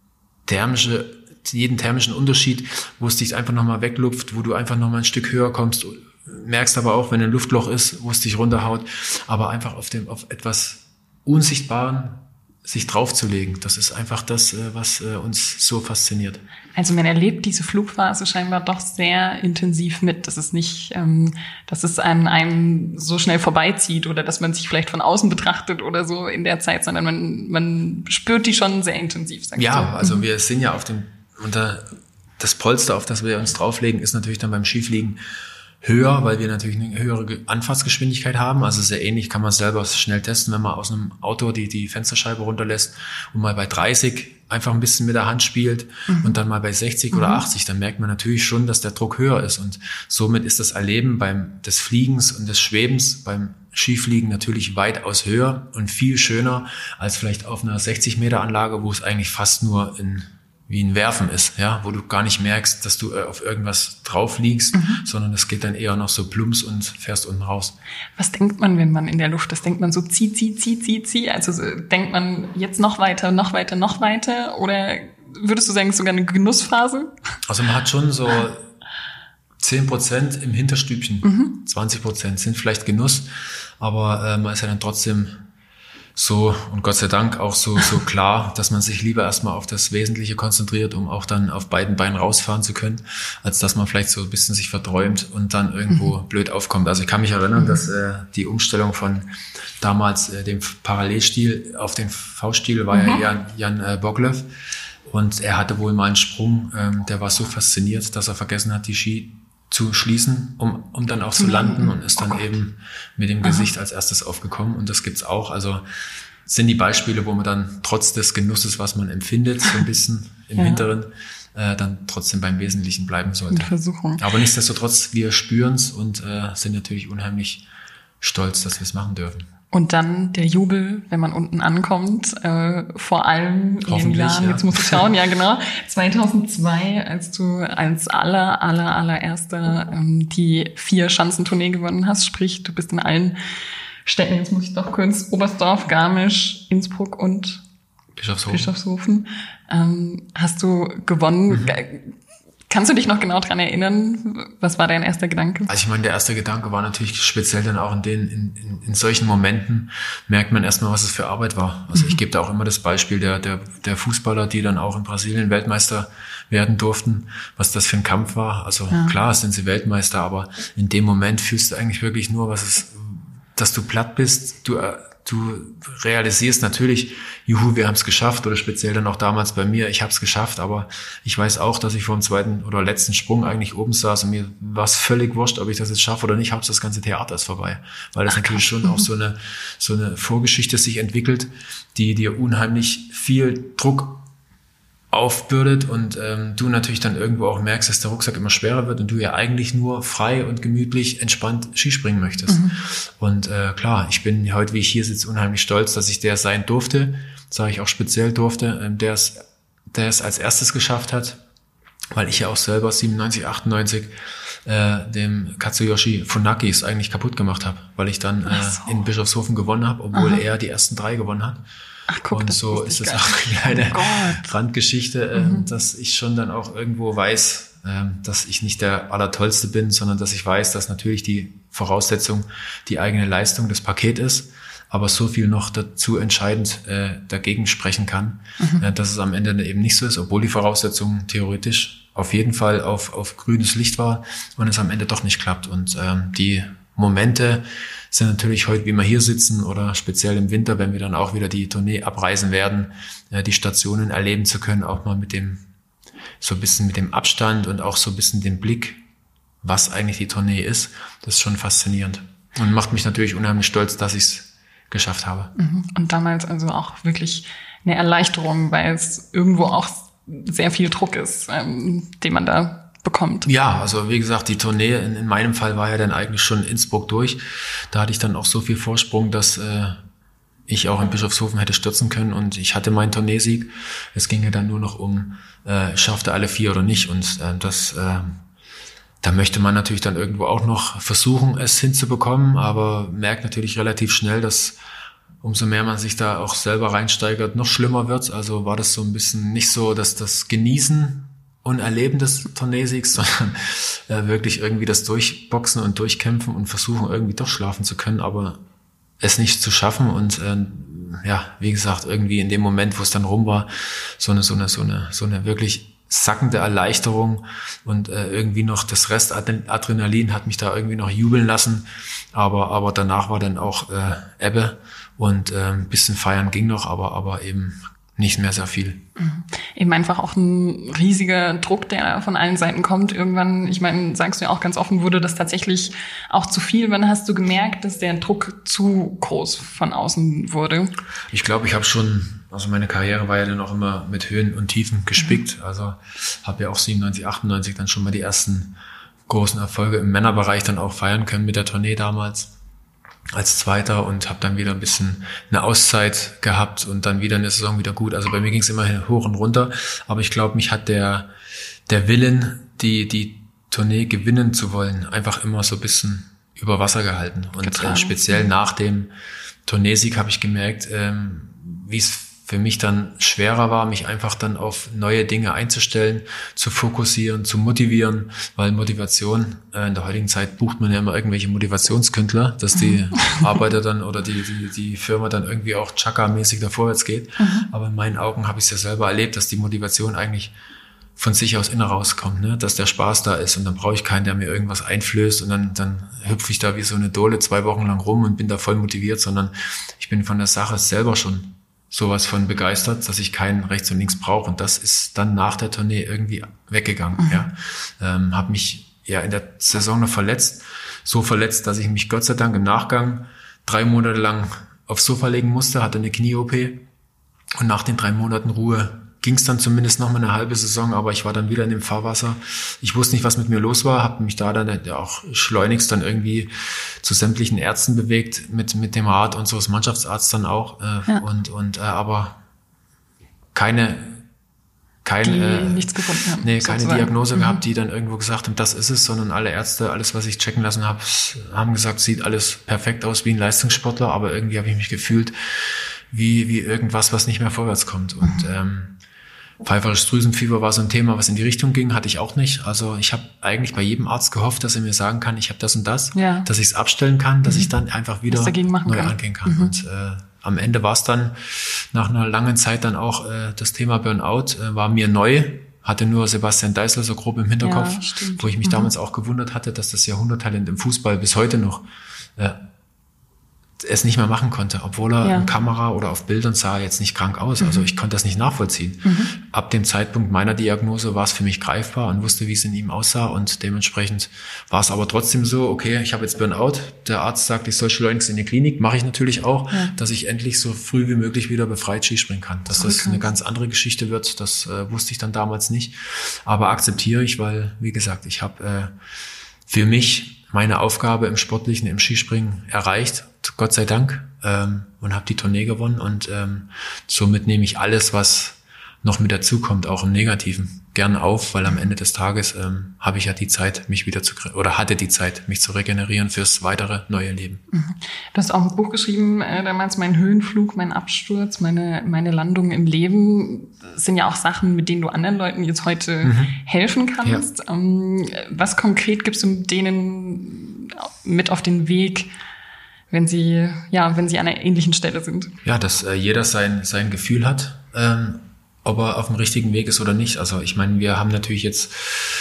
thermischen Unterschied, wo es dich einfach nochmal weglupft, wo du einfach nochmal ein Stück höher kommst, merkst aber auch, wenn ein Luftloch ist, wo es dich runterhaut, aber einfach auf etwas Unsichtbaren sich draufzulegen, das ist einfach das, was uns so fasziniert. Also man erlebt diese Flugphase scheinbar doch sehr intensiv mit. Das ist nicht, dass es an einem so schnell vorbeizieht oder dass man sich vielleicht von außen betrachtet oder so in der Zeit, sondern man spürt die schon sehr intensiv. Ja, also wir sind ja das Polster, auf das wir uns drauflegen, ist natürlich dann beim Skifliegen höher, weil wir natürlich eine höhere Anfahrtsgeschwindigkeit haben. Also sehr ähnlich kann man selber schnell testen, wenn man aus einem Auto die Fensterscheibe runterlässt und mal bei 30 einfach ein bisschen mit der Hand spielt und dann mal bei 60 oder 80, dann merkt man natürlich schon, dass der Druck höher ist. Und somit ist das Erleben des Fliegens und des Schwebens beim Skifliegen natürlich weitaus höher und viel schöner als vielleicht auf einer 60-Meter-Anlage, wo es eigentlich fast nur wie ein Werfen ist, ja, wo du gar nicht merkst, dass du auf irgendwas drauf liegst, sondern es geht dann eher noch so plumps und fährst unten raus. Was denkt man, wenn man in der Luft ist? Denkt man so zieh? Also denkt man jetzt noch weiter? Oder würdest du sagen, es ist sogar eine Genussphase? Also man hat schon so 10% im Hinterstübchen, 20% sind vielleicht Genuss, aber man ist ja dann trotzdem so, und Gott sei Dank auch so klar, dass man sich lieber erstmal auf das Wesentliche konzentriert, um auch dann auf beiden Beinen rausfahren zu können, als dass man vielleicht so ein bisschen sich verträumt und dann irgendwo blöd aufkommt. Also ich kann mich erinnern, dass die Umstellung von damals dem Parallelstil auf den V-Stil war ja Jan Boglöw und er hatte wohl mal einen Sprung, der war so fasziniert, dass er vergessen hat, die Ski zu schließen, um dann auch zu landen und ist dann eben mit dem Gesicht als erstes aufgekommen. Und das gibt's auch. Also sind die Beispiele, wo man dann trotz des Genusses, was man empfindet, so ein bisschen im Hinteren, dann trotzdem beim Wesentlichen bleiben sollte. Versuchung. Aber nichtsdestotrotz, wir spüren's und sind natürlich unheimlich stolz, dass wir es machen dürfen. Und dann der Jubel, wenn man unten ankommt, vor allem in den Jahren, jetzt musst du schauen, ja genau, 2002, als du als allererster die 4 Schanzentournee gewonnen hast, sprich, du bist in allen Städten, jetzt muss ich doch kurz, Oberstdorf, Garmisch, Innsbruck und Bischofshofen, hast du gewonnen. Kannst du dich noch genau dran erinnern? Was war dein erster Gedanke? Also ich meine, der erste Gedanke war natürlich speziell dann auch in solchen Momenten merkt man erstmal, was es für Arbeit war. Also ich gebe da auch immer das Beispiel der Fußballer, die dann auch in Brasilien Weltmeister werden durften, was das für ein Kampf war. Also klar sind sie Weltmeister, aber in dem Moment fühlst du eigentlich wirklich nur, dass du platt bist. Du realisierst natürlich, juhu, wir haben es geschafft, oder speziell dann auch damals bei mir, ich habe es geschafft, aber ich weiß auch, dass ich vor dem zweiten oder letzten Sprung eigentlich oben saß und mir war es völlig wurscht, ob ich das jetzt schaffe oder nicht, Hauptsache das ganze Theater ist vorbei, weil das natürlich schon auch so eine Vorgeschichte sich entwickelt, die dir unheimlich viel Druck aufbürdet und du natürlich dann irgendwo auch merkst, dass der Rucksack immer schwerer wird und du ja eigentlich nur frei und gemütlich entspannt Skispringen möchtest. Und klar, ich bin heute, wie ich hier sitze, unheimlich stolz, dass ich der sein durfte, sage ich auch speziell durfte, der es als erstes geschafft hat, weil ich ja auch selber 97, 98 dem Katsuyoshi Funaki es eigentlich kaputt gemacht habe, weil ich dann in Bischofshofen gewonnen habe, obwohl er die ersten 3 gewonnen hat. Ach, guck, und so ist es auch eine kleine Randgeschichte, dass ich schon dann auch irgendwo weiß, dass ich nicht der Allertollste bin, sondern dass ich weiß, dass natürlich die Voraussetzung die eigene Leistung, das Paket ist, aber so viel noch dazu entscheidend dagegen sprechen kann, dass es am Ende eben nicht so ist, obwohl die Voraussetzung theoretisch auf jeden Fall auf grünes Licht war und es am Ende doch nicht klappt. Und die Momente sind natürlich heute, wie wir hier sitzen oder speziell im Winter, wenn wir dann auch wieder die Tournee abreisen werden, die Stationen erleben zu können, auch mal so ein bisschen mit dem Abstand und auch so ein bisschen den Blick, was eigentlich die Tournee ist, das ist schon faszinierend und macht mich natürlich unheimlich stolz, dass ich es geschafft habe. Und damals also auch wirklich eine Erleichterung, weil es irgendwo auch sehr viel Druck ist, den man da bekommt. Ja, also wie gesagt, die Tournee in meinem Fall war ja dann eigentlich schon Innsbruck durch. Da hatte ich dann auch so viel Vorsprung, dass ich auch in Bischofshofen hätte stürzen können und ich hatte meinen Tourneesieg. Es ging ja dann nur noch um, schaffte alle 4 oder nicht und da möchte man natürlich dann irgendwo auch noch versuchen, es hinzubekommen, aber merkt natürlich relativ schnell, dass umso mehr man sich da auch selber reinsteigert, noch schlimmer wird. Also war das so ein bisschen nicht so, dass das Genießen und Erleben des Tourneesiegs, sondern wirklich irgendwie das Durchboxen und Durchkämpfen und versuchen irgendwie doch schlafen zu können, aber es nicht zu schaffen und wie gesagt, irgendwie in dem Moment, wo es dann rum war, so eine wirklich sackende Erleichterung und irgendwie noch das Restadrenalin hat mich da irgendwie noch jubeln lassen, aber danach war dann auch Ebbe und ein bisschen feiern ging noch, aber eben nicht mehr sehr viel. Eben einfach auch ein riesiger Druck, der von allen Seiten kommt. Irgendwann, ich meine, sagst du ja auch ganz offen, wurde das tatsächlich auch zu viel. Wann hast du gemerkt, dass der Druck zu groß von außen wurde? Ich glaube, also meine Karriere war ja dann auch immer mit Höhen und Tiefen gespickt. Also habe ja auch 97, 98 dann schon mal die ersten großen Erfolge im Männerbereich dann auch feiern können mit der Tournee damals als Zweiter und habe dann wieder ein bisschen eine Auszeit gehabt und dann wieder eine Saison wieder gut. Also bei mir ging es immer hoch und runter, aber ich glaube, mich hat der Willen, die Tournee gewinnen zu wollen, einfach immer so ein bisschen über Wasser gehalten. Und speziell nach dem Tourneesieg habe ich gemerkt, wie es für mich dann schwerer war, mich einfach dann auf neue Dinge einzustellen, zu fokussieren, zu motivieren, weil Motivation, in der heutigen Zeit bucht man ja immer irgendwelche Motivationskünstler, dass die Arbeiter dann oder die Firma dann irgendwie auch Chaka-mäßig da vorwärts geht. Aber in meinen Augen habe ich es ja selber erlebt, dass die Motivation eigentlich von sich aus innen rauskommt, ne? Dass der Spaß da ist und dann brauche ich keinen, der mir irgendwas einflößt und dann hüpfe ich da wie so eine Dole 2 Wochen lang rum und bin da voll motiviert, sondern ich bin von der Sache selber schon sowas von begeistert, dass ich keinen rechts und links brauche. Und das ist dann nach der Tournee irgendwie weggegangen. Ja. Habe mich in der Saison noch verletzt. So verletzt, dass ich mich Gott sei Dank im Nachgang 3 Monate lang aufs Sofa legen musste, hatte eine Knie-OP. Und nach den 3 Monaten Ruhe ging es dann zumindest noch mal eine halbe Saison, aber ich war dann wieder in dem Fahrwasser. Ich wusste nicht, was mit mir los war, habe mich da dann auch schleunigst dann irgendwie zu sämtlichen Ärzten bewegt, mit dem Rat unseres Mannschaftsarztes dann auch. Aber nichts gefunden haben. Nee, keine Diagnose gehabt, die dann irgendwo gesagt haben, das ist es, sondern alle Ärzte, alles, was ich checken lassen habe, haben gesagt, sieht alles perfekt aus wie ein Leistungssportler, aber irgendwie habe ich mich gefühlt wie irgendwas, was nicht mehr vorwärts kommt. Und pfeiferisches Drüsenfieber war so ein Thema, was in die Richtung ging, hatte ich auch nicht. Also ich habe eigentlich bei jedem Arzt gehofft, dass er mir sagen kann, ich habe das und das, dass ich es abstellen kann, dass ich dann einfach wieder neu angehen kann. Und am Ende war es dann nach einer langen Zeit dann auch das Thema Burnout, war mir neu, hatte nur Sebastian Deißler so grob im Hinterkopf, wo ich mich damals auch gewundert hatte, dass das Jahrhunderttalent im Fußball bis heute noch es nicht mehr machen konnte, obwohl er in Kamera oder auf Bildern sah jetzt nicht krank aus. Also ich konnte das nicht nachvollziehen. Ab dem Zeitpunkt meiner Diagnose war es für mich greifbar und wusste, wie es in ihm aussah und dementsprechend war es aber trotzdem so, okay, ich habe jetzt Burnout, der Arzt sagt, ich soll schleunigst in die Klinik, mache ich natürlich auch, dass ich endlich so früh wie möglich wieder befreit Skispringen kann. Dass das eine ganz andere Geschichte wird, das wusste ich dann damals nicht, aber akzeptiere ich, weil, wie gesagt, ich habe für mich meine Aufgabe im Sportlichen, im Skispringen erreicht, Gott sei Dank, und habe die Tournee gewonnen und somit nehme ich alles, was noch mit dazukommt, auch im Negativen, gern auf, weil am Ende des Tages habe ich ja die Zeit, hatte die Zeit, mich zu regenerieren fürs weitere neue Leben. Du hast auch ein Buch geschrieben, damals Mein Höhenflug, mein Absturz, meine Landung im Leben. Das sind ja auch Sachen, mit denen du anderen Leuten jetzt heute helfen kannst. Ja. Was konkret gibst du denen mit auf den Weg, wenn sie an einer ähnlichen Stelle sind? Ja, dass jeder sein Gefühl hat, ob er auf dem richtigen Weg ist oder nicht. Also ich meine, wir haben natürlich jetzt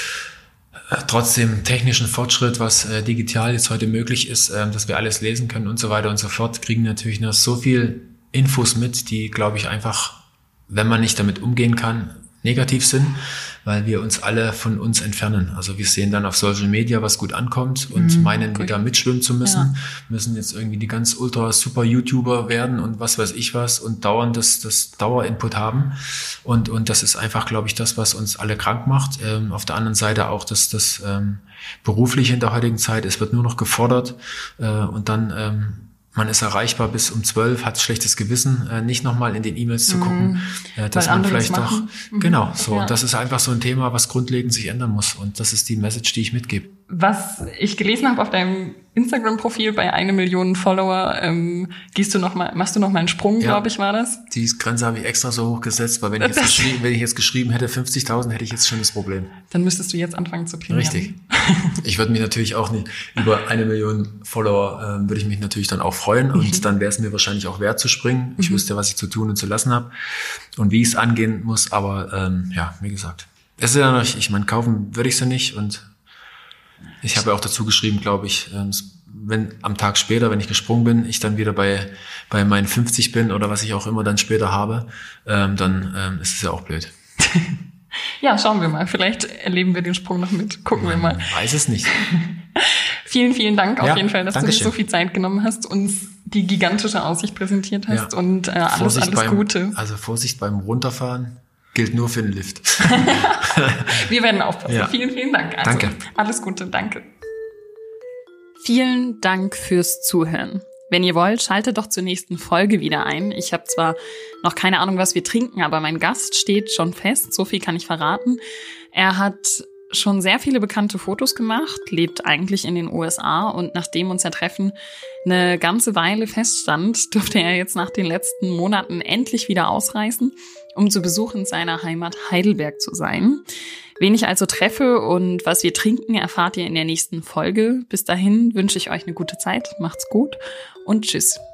trotzdem technischen Fortschritt, was digital jetzt heute möglich ist, dass wir alles lesen können und so weiter und so fort, kriegen natürlich noch so viel Infos mit, die, glaube ich, einfach, wenn man nicht damit umgehen kann, negativ sind, weil wir uns alle von uns entfernen. Also wir sehen dann auf Social Media, was gut ankommt und meinen wieder mitschwimmen zu müssen, müssen jetzt irgendwie die ganz ultra super YouTuber werden und was weiß ich was und dauernd das Dauerinput haben. Und das ist einfach, glaube ich, das, was uns alle krank macht. Auf der anderen Seite auch das Berufliche in der heutigen Zeit. Es wird nur noch gefordert und dann man ist erreichbar bis um 12, hat schlechtes Gewissen, nicht nochmal in den E-Mails zu gucken, dass man vielleicht doch, genau, so. Ja. Und das ist einfach so ein Thema, was grundlegend sich ändern muss. Und das ist die Message, die ich mitgebe. Was ich gelesen habe auf deinem Instagram-Profil bei 1 Million Follower, machst du noch mal einen Sprung, glaube ich, war das? Die Grenze habe ich extra so hoch gesetzt, weil wenn ich jetzt geschrieben hätte 50.000, hätte ich jetzt schon das Problem. Dann müsstest du jetzt anfangen zu trainieren. Richtig. Ich würde mich natürlich auch nicht über 1 Million Follower, würde ich mich natürlich dann auch freuen und dann wäre es mir wahrscheinlich auch wert zu springen. Ich wüsste, was ich zu tun und zu lassen habe und wie ich es angehen muss, aber wie gesagt, es ist ja noch, ich meine, kaufen würde ich sie nicht und ich habe ja auch dazu geschrieben, glaube ich, wenn am Tag später, wenn ich gesprungen bin, ich dann wieder bei meinen 50 bin oder was ich auch immer dann später habe, dann ist es ja auch blöd. Ja, schauen wir mal. Vielleicht erleben wir den Sprung noch mit. Gucken wir mal. Weiß es nicht. Vielen, vielen Dank auf jeden Fall, dass du dir so viel Zeit genommen hast, uns die gigantische Aussicht präsentiert hast und alles Gute. Also Vorsicht beim Runterfahren. Gilt nur für den Lift. Wir werden aufpassen. Ja. Vielen, vielen Dank. Also, danke. Alles Gute, danke. Vielen Dank fürs Zuhören. Wenn ihr wollt, schaltet doch zur nächsten Folge wieder ein. Ich habe zwar noch keine Ahnung, was wir trinken, aber mein Gast steht schon fest. So viel kann ich verraten. Er hat schon sehr viele bekannte Fotos gemacht, lebt eigentlich in den USA und nachdem unser Treffen eine ganze Weile feststand, durfte er jetzt nach den letzten Monaten endlich wieder ausreisen, um zu Besuch in seiner Heimat Heidelberg zu sein. Wen ich also treffe und was wir trinken, erfahrt ihr in der nächsten Folge. Bis dahin wünsche ich euch eine gute Zeit, macht's gut und tschüss.